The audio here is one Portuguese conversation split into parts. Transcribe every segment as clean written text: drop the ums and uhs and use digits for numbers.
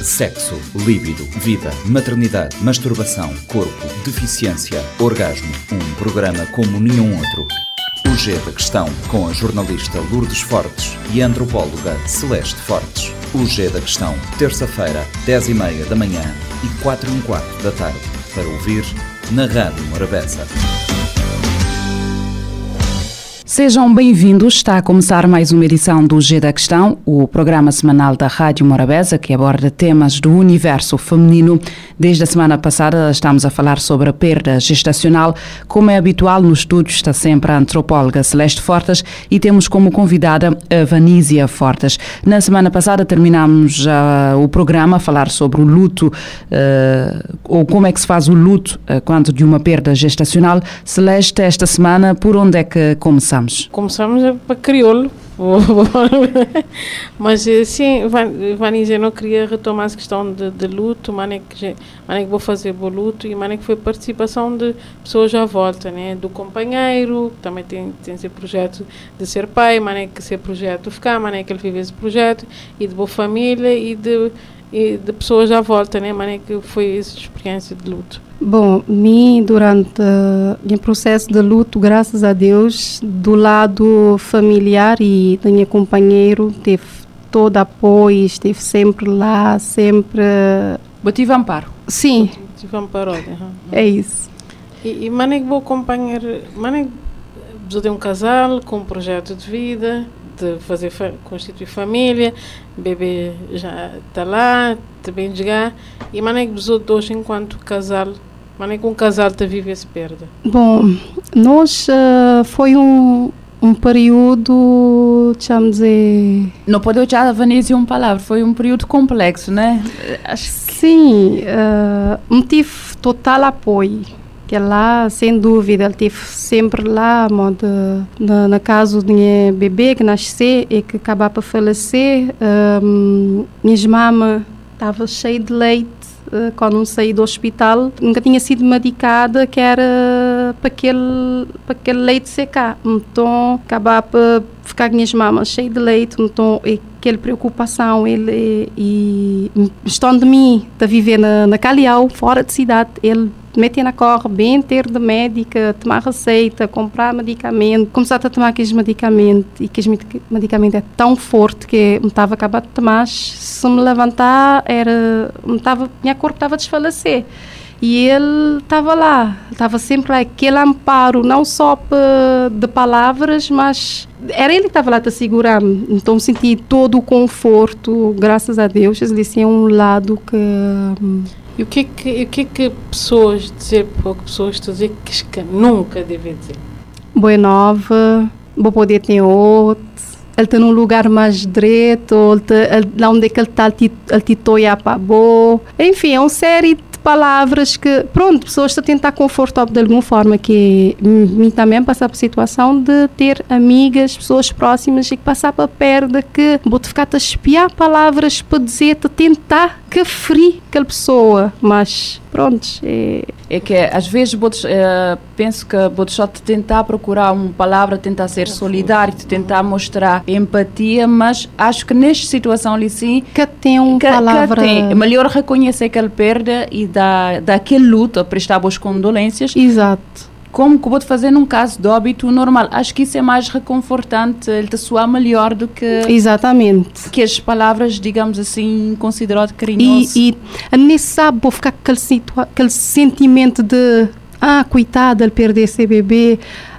Sexo, líbido, vida, maternidade, masturbação, corpo, deficiência, orgasmo. Um programa como nenhum outro. O G da Questão, com a jornalista Lourdes Fortes e a antropóloga Celeste Fortes. O G da Questão, terça-feira, 10h30 da manhã e 4h15 da tarde. Para ouvir na Rádio Morabeza. Sejam bem-vindos, está a começar mais uma edição do G da Questão, o programa semanal da Rádio Morabeza que aborda temas do universo feminino. Desde a semana passada estamos a falar sobre a perda gestacional. Como é habitual no estúdio está sempre a antropóloga Celeste Fortes e temos como convidada a Vanísia Fortes. Na semana passada terminámos o programa a falar sobre o luto, ou como é que se faz o luto quando de uma perda gestacional. Celeste, esta semana, por onde é que começamos? Começamos para crioulo, mas sim, Vanísia, eu não queria retomar essa questão de luto, mas é que vou fazer o luto e que foi participação de pessoas à volta, né? Do companheiro, também tem esse projeto de ser pai, é que esse projeto ficar, é que ele vive esse projeto, e de boa família e de pessoas à volta, né? É que foi essa experiência de luto. Bom, durante o processo de luto, graças a Deus, do lado familiar e do meu companheiro, teve todo apoio, esteve sempre lá, sempre... Tive amparo? Sim. Tive amparo, é isso. E é que vou acompanhar, precisa de um casal com um projeto de vida, de constituir família, bebê já está lá, também chegar, e é que precisa de hoje enquanto casal, é que um casal está a viver essa perda? Bom, nós foi um período, deixa-me dizer... Não pode usar a Vanísia uma palavra, foi um período complexo, né? Sim, tive total apoio. Que lá, sem dúvida, ele esteve sempre lá, na caso do meu bebê que nasceu e que acabava por falecer, minha mama estava cheia de leite quando eu saí do hospital, nunca tinha sido medicada, que era para aquele leite secar, então acabava por ficar com minhas mamas cheias de leite, então aquela preocupação, ele e estão de mim, de viver na Caliau, fora de cidade, ele meter na corre, bem ter de médica, tomar receita, comprar medicamento, começar a tomar aqueles medicamentos, e aqueles medicamentos é tão forte que me estava acabado de tomar, se me levantar, minha corpo estava a desfalecer. E ele estava lá, estava sempre lá, aquele amparo, não só de palavras, mas era ele que estava lá a segurar-me. Então senti todo o conforto, graças a Deus, esse é um lado que... E o que é que pessoas dizer, pouco pessoas dizer que nunca devem dizer? Boa nova, vou poder ter outro, ele está num lugar mais direito, lá onde é que ele está, ele te toia para boa. Enfim, é uma série de palavras que, pronto, pessoas estão a tentar confortável de alguma forma, que mim também passar por situação de ter amigas, pessoas próximas e que passar para perda, que vou-te ficar a espiar palavras para dizer-te, tentar que ferir aquela pessoa, mas pronto. É que às vezes penso que vou só te tentar procurar uma palavra, tentar ser solidário, tentar mostrar empatia, mas acho que nesta situação ali sim que tem uma palavra. É melhor reconhecer aquela perda e daquele luto, prestar boas condolências. Exato. Como que vou te fazer num caso de óbito normal. Acho que isso é mais reconfortante, ele te soar melhor do que... Exatamente. Que as palavras, digamos assim, considerado carinhoso. E nem sabe, vou ficar com aquele sentimento de, coitada, ele perdeu esse bebê,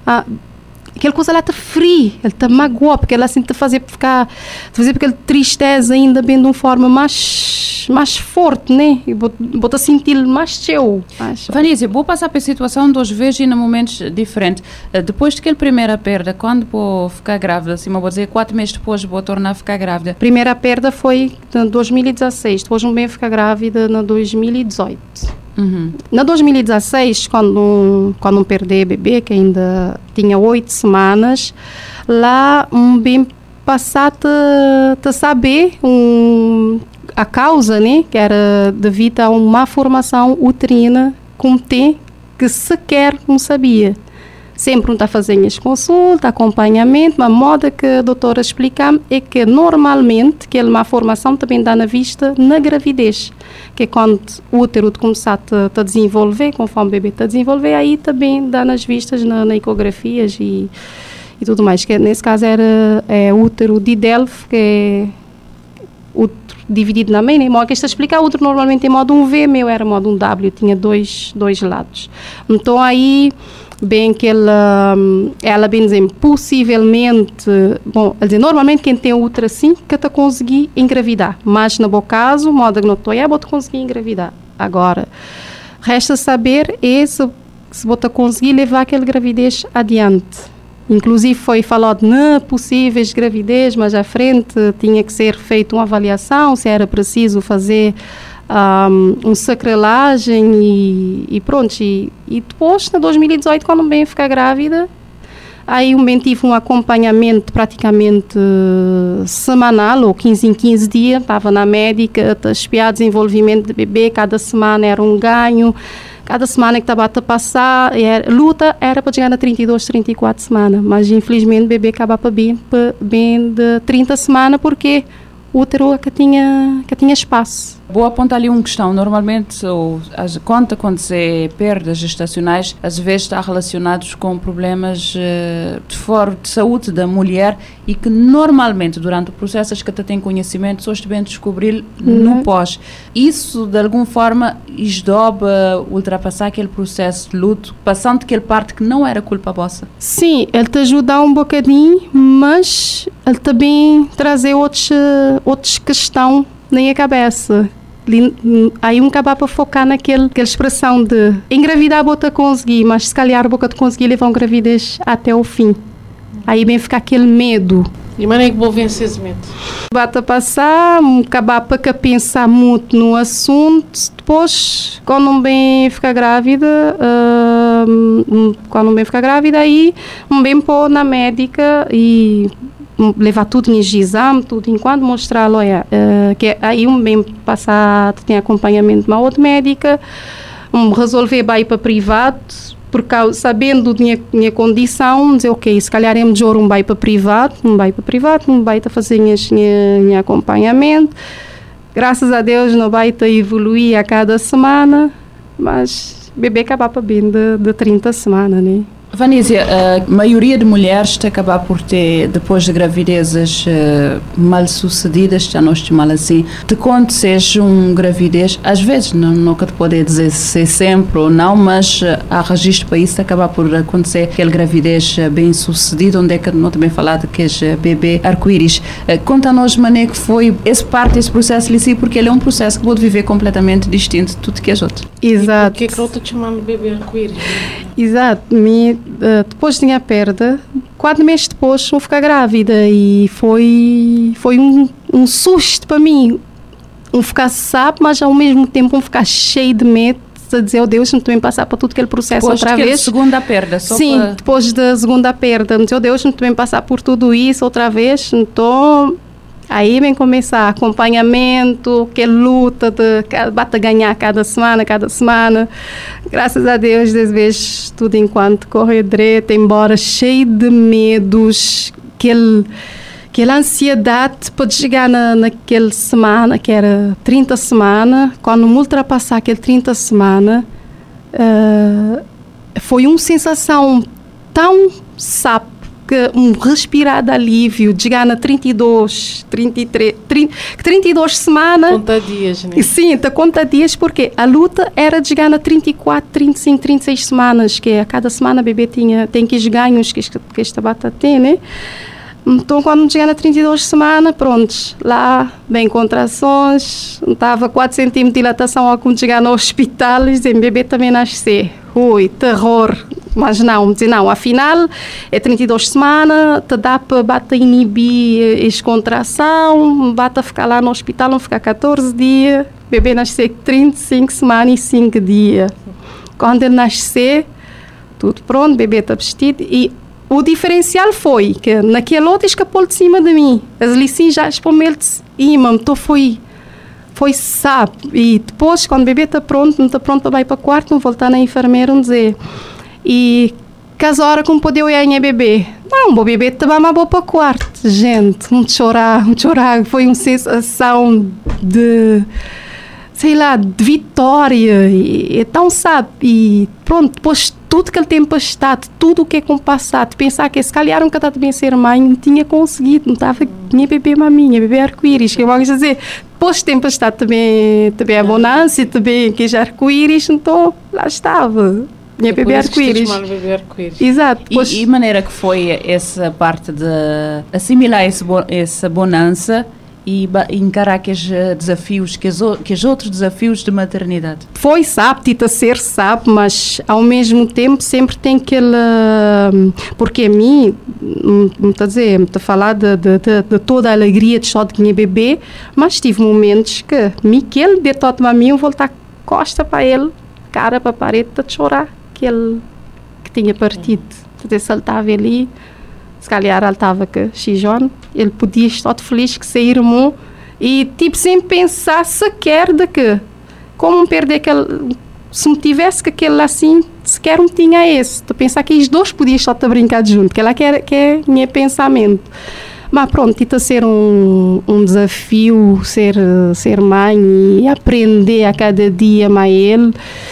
aquela coisa lá te fria, ele te magoou, porque ela assim te fazer aquela tristeza ainda bem de uma forma mais forte, né? E vou te sentir mais teu. Vanísia, vou passar para a situação duas vezes e em momentos diferentes. Depois daquela primeira perda, quando vou ficar grávida, assim, vou dizer 4 meses depois vou tornar a ficar grávida. A primeira perda foi em 2016, depois vou ficar grávida em 2018. Uhum. Na 2016, quando perdi o bebê, que ainda tinha 8 semanas, lá bem passado a saber a causa, né, que era devido a uma formação uterina que sequer não sabia. Sempre está fazendo as consultas, acompanhamento, mas a moda que a doutora explica é que normalmente que uma formação também dá na vista na gravidez, que é quando o útero começar a desenvolver, conforme o bebê está a desenvolver, aí também dá nas vistas na ecografias e tudo mais, que nesse caso era útero de Delphi, que é útero dividido na meia, né? Que está a explicar, útero normalmente em modo um V, meu era modo um W, tinha dois lados. Então aí, bem que ela bem dizer, possivelmente, bom, dizer, normalmente quem tem útero assim, que está conseguir engravidar, mas no meu caso, modo que não estou aí, vou conseguir engravidar. Agora, resta saber se vou conseguir levar aquela gravidez adiante. Inclusive foi falado não possíveis gravidez, mas à frente tinha que ser feita uma avaliação, se era preciso fazer uma sacralagem e pronto. E depois, em 2018, quando bem ficar grávida, aí bem tive um acompanhamento praticamente semanal, ou 15 em 15 dias, estava na médica, a espiar desenvolvimento do bebê, cada semana era um ganho. Cada semana que estava a passar, luta era para chegar a 32, 34 semanas, mas infelizmente o bebê acabava bem de 30 semanas porque o útero que tinha espaço. Vou apontar ali uma questão. Normalmente, quando acontecer perdas gestacionais, às vezes está relacionados com problemas de saúde da mulher e que normalmente, durante o processo, as que têm conhecimento, só devem descobrir no pós. Isso, de alguma forma, esdoba, ultrapassar aquele processo de luto, passando aquele parte que não era culpa vossa? Sim, ele te ajuda um bocadinho, mas ele também trazer outras questões na minha cabeça. Aí acaba para focar naquela expressão de engravidar vou te conseguir, mas se calhar vou te conseguir levar uma gravidez até o fim. Aí bem ficar aquele medo. De maneira que vou vencer esse medo. Bata passar, acabar para pensar muito no assunto, depois quando bem ficar grávida, aí bem pôr na médica e levar tudo em exame, tudo enquanto mostrar, olha, que aí bem passar, tem acompanhamento de uma outra médica, resolver bem para privado, por causa, sabendo da minha condição, dizer, ok, se calhar é melhor bem para privado, bem a fazer meu acompanhamento. Graças a Deus, não vai a evoluir a cada semana, mas o bebê acaba bem de 30 semanas, né? Vanísia, a maioria de mulheres acaba por ter, depois de gravidezes mal sucedidas, já não estimam assim, de quando seja uma gravidez, às vezes, nunca te pode dizer se é sempre ou não, mas há registro para isso, acaba por acontecer aquela gravidez bem sucedida, onde é que não também falar de que é bebê arco-íris. Conta-nos, mané, que foi esse processo ali, porque ele é um processo que pode viver completamente distinto de tudo que as outras. Exato. E por que eu estou te chamando de bebê arco-íris? Exato. Depois tinha perda, 4 meses depois vou ficar grávida e foi um susto para mim, ficar sabe, mas ao mesmo tempo ficar cheio de medo, a dizer, oh Deus, não estou a passar para tudo aquele processo depois outra vez. Segunda perda, só sim, para... depois da segunda perda, oh Deus, não estou a passar por tudo isso outra vez, então aí vem começar acompanhamento, que luta bata ganhar cada semana. Graças a Deus, às vezes, tudo enquanto corre direito, embora cheio de medos, aquela ansiedade pode chegar naquela semana, que era 30 semanas, quando me ultrapassar aquele 30 semanas, foi uma sensação tão sábia, que respirar de alívio, de chegar na 32, 33, 32 semanas. Conta dias, né? Sim, conta dias, porque a luta era de chegar na 34, 35, 36 semanas, que a cada semana o bebê tem que os ganhos que esta bata tem, né? Então, quando chegar na 32 semanas, pronto, lá, bem, contrações, estava 4 centímetros de dilatação, ao como chegar no hospital, e dizer, bebê também nascer. Ui, terror. Mas não, afinal, é 32 semanas, te dá para inibir a contração, bata ficar lá no hospital, não ficar 14 dias, bebê nascer 35 semanas e 5 dias. Quando ele nascer, tudo pronto, bebê está vestido e o diferencial foi que naquele outro escapou de cima de mim. As licinhas já espalharam-se e então foi sabe. E depois, quando o bebê está pronto, não está pronto para ir para o quarto, não voltar na enfermeira, não dizer. E Cas hora como podeu ir a bebê. Não, o bebê também é bom para o quarto. Gente, chorar. Foi uma sensação de, sei lá, de vitória. E então, sabe, e pronto, depois tudo que ele tem passado, tudo o que é com o passado, pensar que se calhar um cada bem ser mãe, não tinha conseguido, não estava, minha bebê maminha, bebê arco-íris, que eu vou dizer, depois tem passado também a bonança, também que já arco-íris, então lá estava. Minha bebê arco-íris. Exato. E maneira que foi essa parte de assimilar essa bonança e encarar aqueles desafios, que os outros desafios de maternidade? Foi, sabe, Tita, ser sabe, mas ao mesmo tempo sempre tem aquele... Porque a mim, me está a falar de toda a alegria de só de minha bebê, mas tive momentos que Miquel de todo a mim, eu voltar costa para ele, cara para a parede, de chorar. Que tinha partido. Ele saltava ali, se calhar ele estava com Xijón, ele podia estar feliz que ser irmão e tipo sem pensar sequer de que como perder aquele, se me tivesse que aquele assim sequer não tinha esse, de pensar que os dois podiam estar a brincar junto, que ela que é meu pensamento. Mas pronto, está a ser um desafio ser mãe e aprender a cada dia mais ele.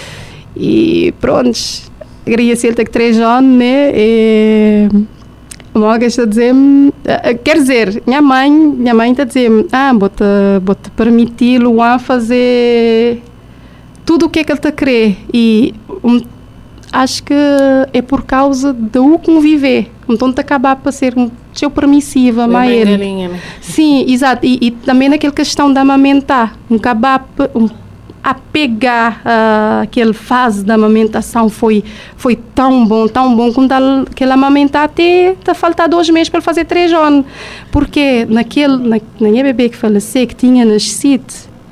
E pronto, queria ser até que 3 anos, né? E uma está a dizer-me, quer dizer, minha mãe está a dizer-me, vou-te permitir-lo a fazer tudo o que é que ele está a querer. E acho que é por causa de o conviver. Então, te acabar para ser seu permissiva, mas ele. Né? Sim, exato. E também naquela questão de amamentar, acabar a pegar aquela fase da amamentação foi tão bom, quando aquele amamentar até faltar 2 meses para fazer 3 anos, porque na minha bebê que faleceu, que tinha nascido,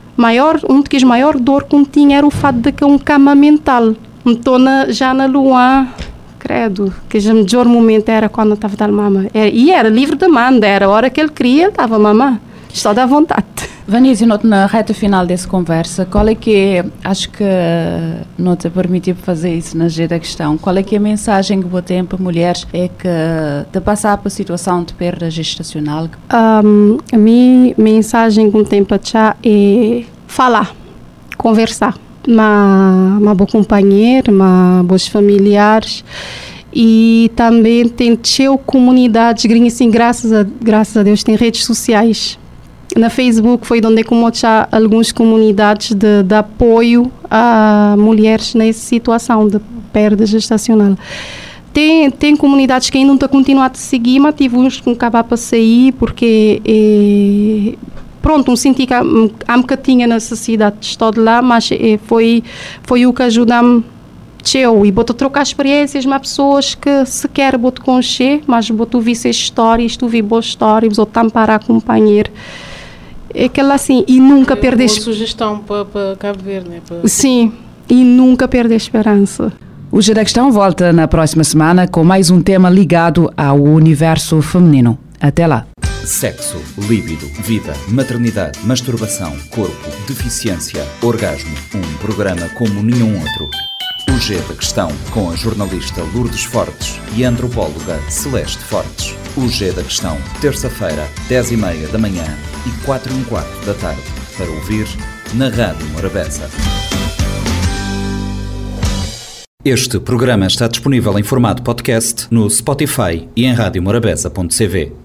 maior dor que tinha era o fato de que um cama mental. Então já na Luan, credo, que o melhor momento era quando eu estava dando mama, e era livre de demanda, era a hora que ele queria, ele estava a mamar, só dá vontade. Vanessa, na reta final dessa conversa, qual é que é, acho que não te permitiu fazer isso na G da questão, qual é que é a mensagem que você tem para mulheres é que de passar por situação de perda gestacional? A minha mensagem que tem para já é falar, conversar, uma boa companheira, bons familiares e também tem comunidades, assim, graças a Deus, tem redes sociais. Na Facebook foi onde começou algumas comunidades de apoio a mulheres nessa situação de perda gestacional. Tem comunidades que ainda não estão continuando a seguir, mas tive uns que acabaram para sair porque pronto, não senti que eu tinha necessidade de estar lá, mas foi o que ajudou-me e vou trocar experiências com pessoas que sequer vou te conhecer, mas vou ouvir essas histórias, tu ouvir boas histórias, vou tampar a companheira. É aquela assim, e nunca perder... Uma sugestão para Cabo Verde, né? Sim, e nunca perder a esperança. O G da Questão volta na próxima semana com mais um tema ligado ao universo feminino. Até lá. Sexo, líbido, vida, maternidade, masturbação, corpo, deficiência, orgasmo. Um programa como nenhum outro. O G da Questão, com a jornalista Lourdes Fortes e a antropóloga Celeste Fortes. O G da Questão, terça-feira, 10h30 da manhã e 4h15 da tarde. Para ouvir na Rádio Morabeza. Este programa está disponível em formato podcast no Spotify e em radiomorabeza.cv.